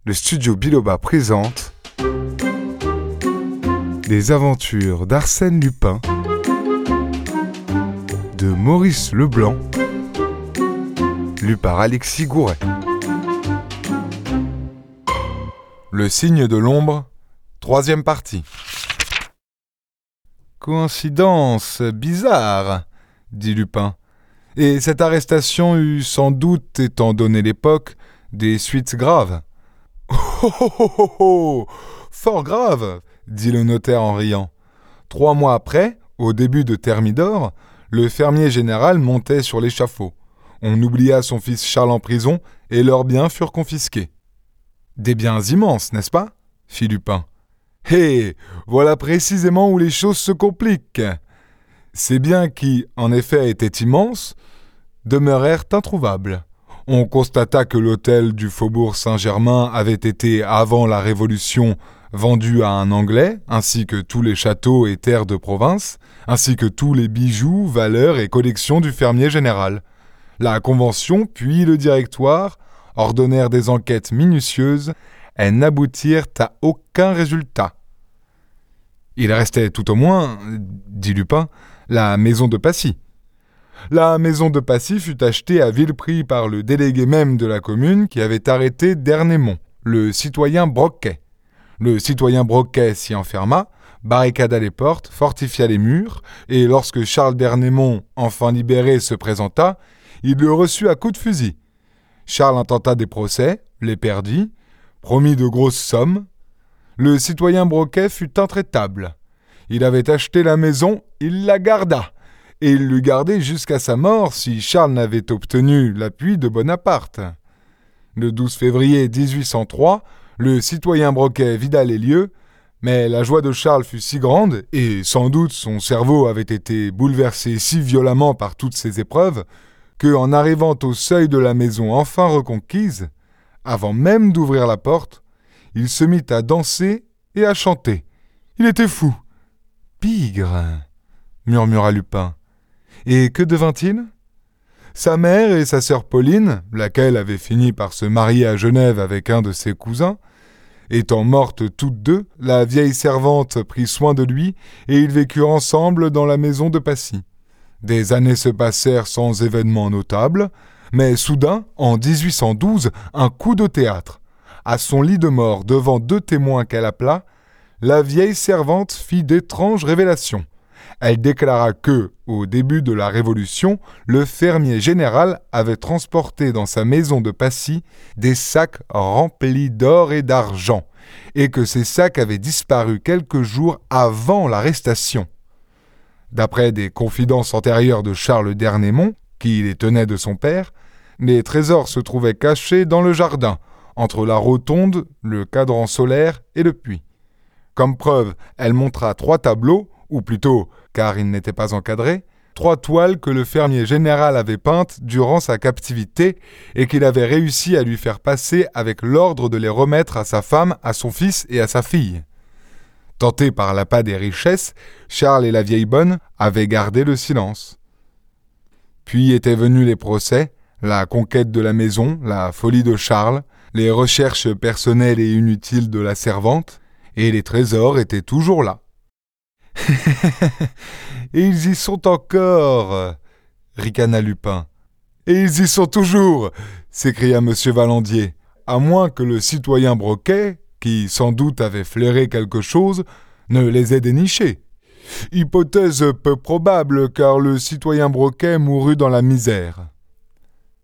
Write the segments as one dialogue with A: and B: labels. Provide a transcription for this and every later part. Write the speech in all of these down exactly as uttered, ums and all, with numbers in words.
A: le studio Biloba présente Les aventures d'Arsène Lupin de Maurice Leblanc, lu par Alexis Gouret. Le signe de l'ombre, troisième partie. Coïncidence bizarre, dit Lupin. Et cette arrestation eut sans doute, étant donné l'époque, des suites graves. Oh oh oh oh oh Fort grave, dit le notaire en riant. Trois mois après, au début de Thermidor, le fermier général montait sur l'échafaud. On oublia son fils Charles en prison et leurs biens furent confisqués. Des biens immenses, n'est-ce pas ? Fit Lupin. Hé, hey, voilà précisément où les choses se compliquent. Ces biens qui, en effet, étaient immenses, demeurèrent introuvables. On constata que l'hôtel du faubourg Saint-Germain avait été, avant la Révolution, vendu à un Anglais, ainsi que tous les châteaux et terres de province, ainsi que tous les bijoux, valeurs et collections du fermier général. La Convention, puis le Directoire, ordonnèrent des enquêtes minutieuses, elles n'aboutirent à aucun résultat. Il restait tout au moins, dit Lupin, la maison de Passy. La maison de Passy fut achetée à vil prix par le délégué même de la commune qui avait arrêté d'Ernemont, le citoyen Broquet. Le citoyen Broquet s'y enferma, barricada les portes, fortifia les murs, et lorsque Charles d'Ernemont, enfin libéré, se présenta, il le reçut à coups de fusil. Charles intenta des procès, les perdit, promit de grosses sommes. Le citoyen Broquet fut intraitable. Il avait acheté la maison, il la garda, et il l'eût gardée jusqu'à sa mort si Charles n'avait obtenu l'appui de Bonaparte. Le douze février dix-huit cent trois, le citoyen Broquet vida les lieux, mais la joie de Charles fut si grande, et sans doute son cerveau avait été bouleversé si violemment par toutes ces épreuves, que, en arrivant au seuil de la maison enfin reconquise, avant même d'ouvrir la porte, il se mit à danser et à chanter. Il était fou. « Bigre !» murmura Lupin. Et que devint-il ? Sa mère et sa sœur Pauline, laquelle avait fini par se marier à Genève avec un de ses cousins, étant mortes toutes deux, la vieille servante prit soin de lui et ils vécurent ensemble dans la maison de Passy. Des années se passèrent sans événements notables, mais soudain, en dix-huit cent douze, un coup de théâtre. À son lit de mort, devant deux témoins qu'elle appela, la vieille servante fit d'étranges révélations. Elle déclara que, au début de la Révolution, le fermier général avait transporté dans sa maison de Passy des sacs remplis d'or et d'argent, et que ces sacs avaient disparu quelques jours avant l'arrestation. D'après des confidences antérieures de Charles d'Ernemont, qui les tenait de son père, les trésors se trouvaient cachés dans le jardin, entre la rotonde, le cadran solaire et le puits. Comme preuve, elle montra trois tableaux, ou plutôt, car ils n'étaient pas encadrés, trois toiles que le fermier général avait peintes durant sa captivité et qu'il avait réussi à lui faire passer avec l'ordre de les remettre à sa femme, à son fils et à sa fille. Tentés par l'appât des richesses, Charles et la vieille bonne avaient gardé le silence. Puis étaient venus les procès, la conquête de la maison, la folie de Charles, les recherches personnelles et inutiles de la servante, et les trésors étaient toujours là. « Et ils y sont encore !» ricana Lupin. « Et ils y sont toujours !» s'écria M. Valandier, à moins que le citoyen Broquet, qui sans doute avait flairé quelque chose, ne les ait dénichés. Hypothèse peu probable, car le citoyen Broquet mourut dans la misère. Alors ?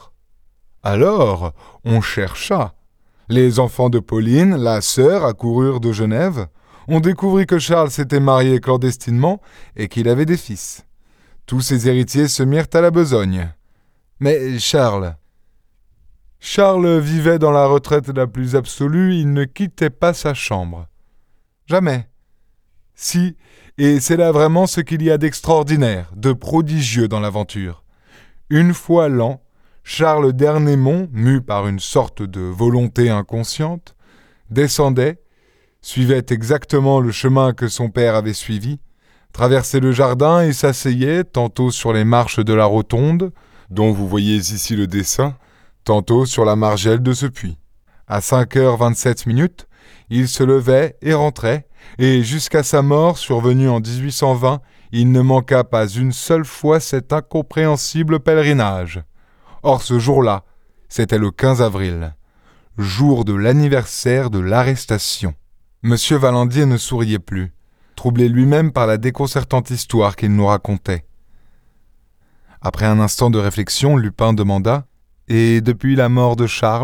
A: Alors, on chercha. Les enfants de Pauline, la sœur, accoururent de Genève. On découvrit que Charles s'était marié clandestinement et qu'il avait des fils. Tous ses héritiers se mirent à la besogne. Mais Charles... Charles vivait dans la retraite la plus absolue, il ne quittait pas sa chambre. Jamais. Si, et c'est là vraiment ce qu'il y a d'extraordinaire, de prodigieux dans l'aventure. Une fois l'an, Charles d'Ernemont, mu par une sorte de volonté inconsciente, descendait, suivait exactement le chemin que son père avait suivi, traversait le jardin et s'asseyait tantôt sur les marches de la rotonde, dont vous voyez ici le dessin, tantôt sur la margelle de ce puits. À cinq heures vingt-sept minutes, il se levait et rentrait, et jusqu'à sa mort survenue en dix-huit cent vingt, il ne manqua pas une seule fois cet incompréhensible pèlerinage. Or ce jour-là, c'était le quinze avril, jour de l'anniversaire de l'arrestation. Monsieur Valandier ne souriait plus, troublé lui-même par la déconcertante histoire qu'il nous racontait. Après un instant de réflexion, Lupin demanda « Et depuis la mort de Charles ?»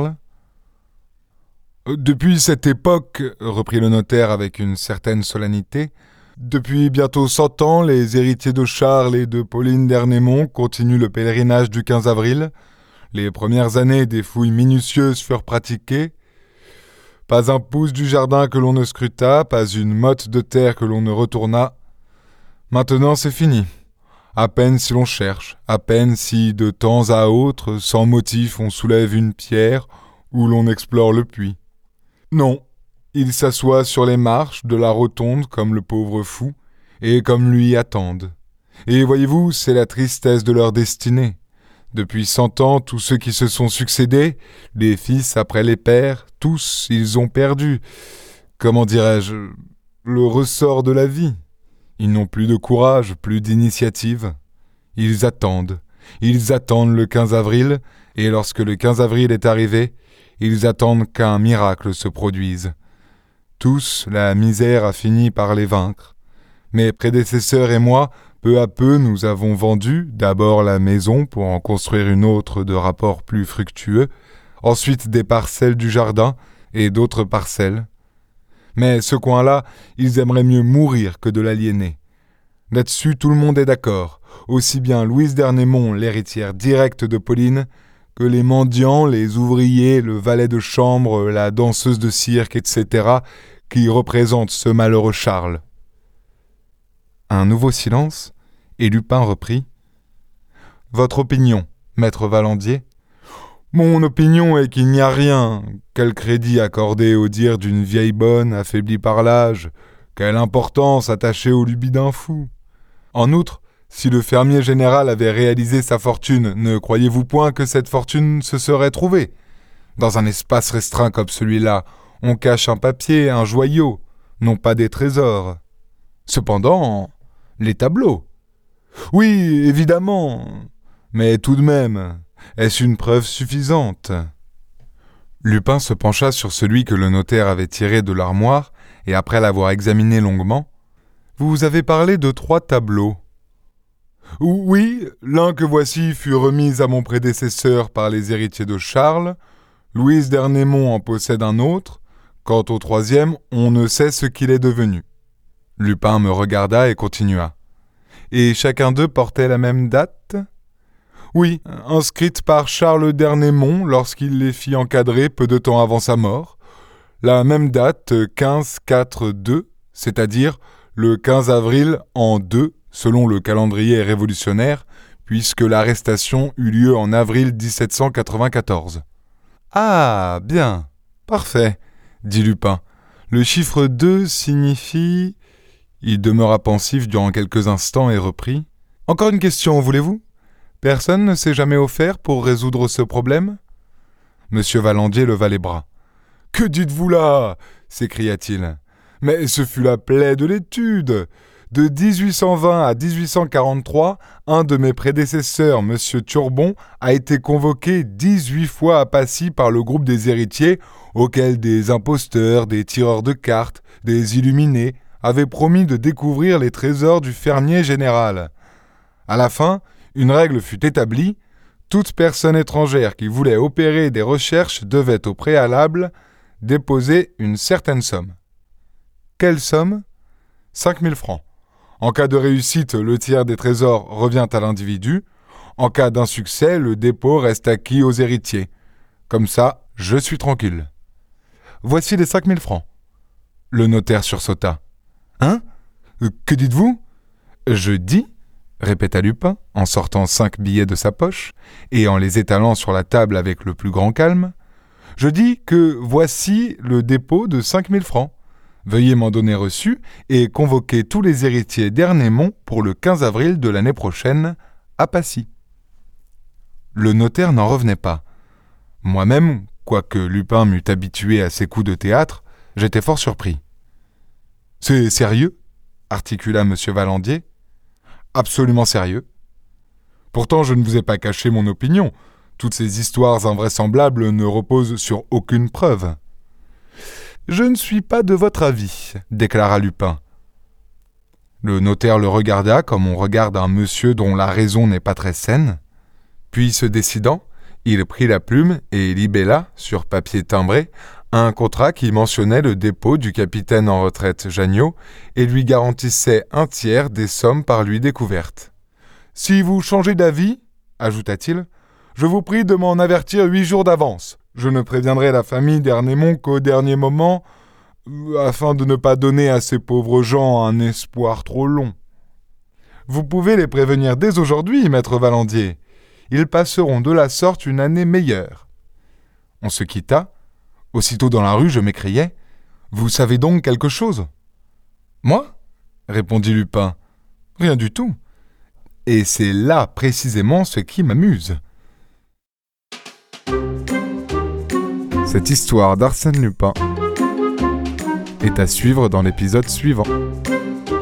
A: Depuis cette époque, reprit le notaire avec une certaine solennité, depuis bientôt cent ans, les héritiers de Charles et de Pauline d'Ernemont continuent le pèlerinage du quinze avril. Les premières années, des fouilles minutieuses furent pratiquées. Pas un pouce du jardin que l'on ne scruta, pas une motte de terre que l'on ne retourna. Maintenant, c'est fini. À peine si l'on cherche, à peine si, de temps à autre, sans motif, on soulève une pierre ou l'on explore le puits. Non, ils s'assoient sur les marches de la rotonde comme le pauvre fou, et comme lui attendent. Et voyez-vous, c'est la tristesse de leur destinée. Depuis cent ans, tous ceux qui se sont succédés, les fils après les pères, tous, ils ont perdu, comment dirais-je, le ressort de la vie. Ils n'ont plus de courage, plus d'initiative. Ils attendent, ils attendent le quinze avril, et lorsque le quinze avril est arrivé, ils attendent qu'un miracle se produise. Tous, la misère a fini par les vaincre. Mes prédécesseurs et moi, peu à peu, nous avons vendu d'abord la maison pour en construire une autre de rapport plus fructueux, ensuite des parcelles du jardin et d'autres parcelles. Mais ce coin-là, ils aimeraient mieux mourir que de l'aliéner. Là-dessus, tout le monde est d'accord, aussi bien Louise d'Ernemont, l'héritière directe de Pauline, que les mendiants, les ouvriers, le valet de chambre, la danseuse de cirque, et cetera, qui représentent ce malheureux Charles. Un nouveau silence, et Lupin reprit. « Votre opinion, maître Valandier ?»« Mon opinion est qu'il n'y a rien. Quel crédit accorder au dire d'une vieille bonne affaiblie par l'âge? Quelle importance attachée aux lubies d'un fou? En outre, si le fermier général avait réalisé sa fortune, ne croyez-vous point que cette fortune se serait trouvée? Dans un espace restreint comme celui-là, on cache un papier, un joyau, non pas des trésors. Cependant, les tableaux. Oui, évidemment, mais tout de même, est-ce une preuve suffisante? Lupin se pencha sur celui que le notaire avait tiré de l'armoire, et après l'avoir examiné longuement, « Vous avez parlé de trois tableaux. » Oui, l'un que voici fut remis à mon prédécesseur par les héritiers de Charles. Louise d'Ernemont en possède un autre. Quant au troisième, on ne sait ce qu'il est devenu. Lupin me regarda et continua. Et chacun d'eux portait la même date? Oui, inscrite par Charles d'Ernemont lorsqu'il les fit encadrer peu de temps avant sa mort. La même date, quinze quatre deux, c'est-à-dire le quinze avril en deux, selon le calendrier révolutionnaire, puisque l'arrestation eut lieu en avril dix-sept cent quatre-vingt-quatorze. « Ah, bien, parfait, » dit Lupin. « Le chiffre deux signifie... » Il demeura pensif durant quelques instants et reprit. « Encore une question, voulez-vous? Personne ne s'est jamais offert pour résoudre ce problème ?» Monsieur Valandier leva les bras. « Que dites-vous là ?» s'écria-t-il. « Mais ce fut la plaie de l'étude. De dix-huit cent vingt à dix-huit cent quarante-trois, un de mes prédécesseurs, Monsieur Turbon, a été convoqué dix-huit fois à Passy par le groupe des héritiers, auquel des imposteurs, des tireurs de cartes, des illuminés avaient promis de découvrir les trésors du fermier général. À la fin, une règle fut établie. Toute personne étrangère qui voulait opérer des recherches devait au préalable déposer une certaine somme. Quelle somme? Cinq mille francs. En cas de réussite, le tiers des trésors revient à l'individu. En cas d'insuccès, le dépôt reste acquis aux héritiers. Comme ça, je suis tranquille. Voici les cinq mille francs. Le notaire sursauta. Hein? Que dites-vous? Je dis, répéta Lupin, en sortant cinq billets de sa poche et en les étalant sur la table avec le plus grand calme. Je dis que voici le dépôt de cinq mille francs. Veuillez m'en donner reçu et convoquer tous les héritiers d'Ernemont pour le quinze avril de l'année prochaine à Passy. Le notaire n'en revenait pas. Moi-même, Quoique Lupin m'eût habitué à ses coups de théâtre, j'étais fort surpris. « C'est sérieux ?» articula M. Valandier. « Absolument sérieux. Pourtant, je ne vous ai pas caché mon opinion. Toutes ces histoires invraisemblables ne reposent sur aucune preuve. »« Je ne suis pas de votre avis, » déclara Lupin. Le notaire le regarda comme on regarde un monsieur dont la raison n'est pas très saine. Puis, se décidant, il prit la plume et libella, sur papier timbré, un contrat qui mentionnait le dépôt du capitaine en retraite Janniot et lui garantissait un tiers des sommes par lui découvertes. « Si vous changez d'avis, ajouta-t-il, je vous prie de m'en avertir huit jours d'avance. Je ne préviendrai la famille d'Ernemont qu'au dernier moment, afin de ne pas donner à ces pauvres gens un espoir trop long. Vous pouvez les prévenir dès aujourd'hui, maître Valandier. Ils passeront de la sorte une année meilleure. » On se quitta. Aussitôt dans la rue, je m'écriai « Vous savez donc quelque chose ?»« Moi ?» répondit Lupin. « Rien du tout. Et c'est là précisément ce qui m'amuse. » Cette histoire d'Arsène Lupin est à suivre dans l'épisode suivant.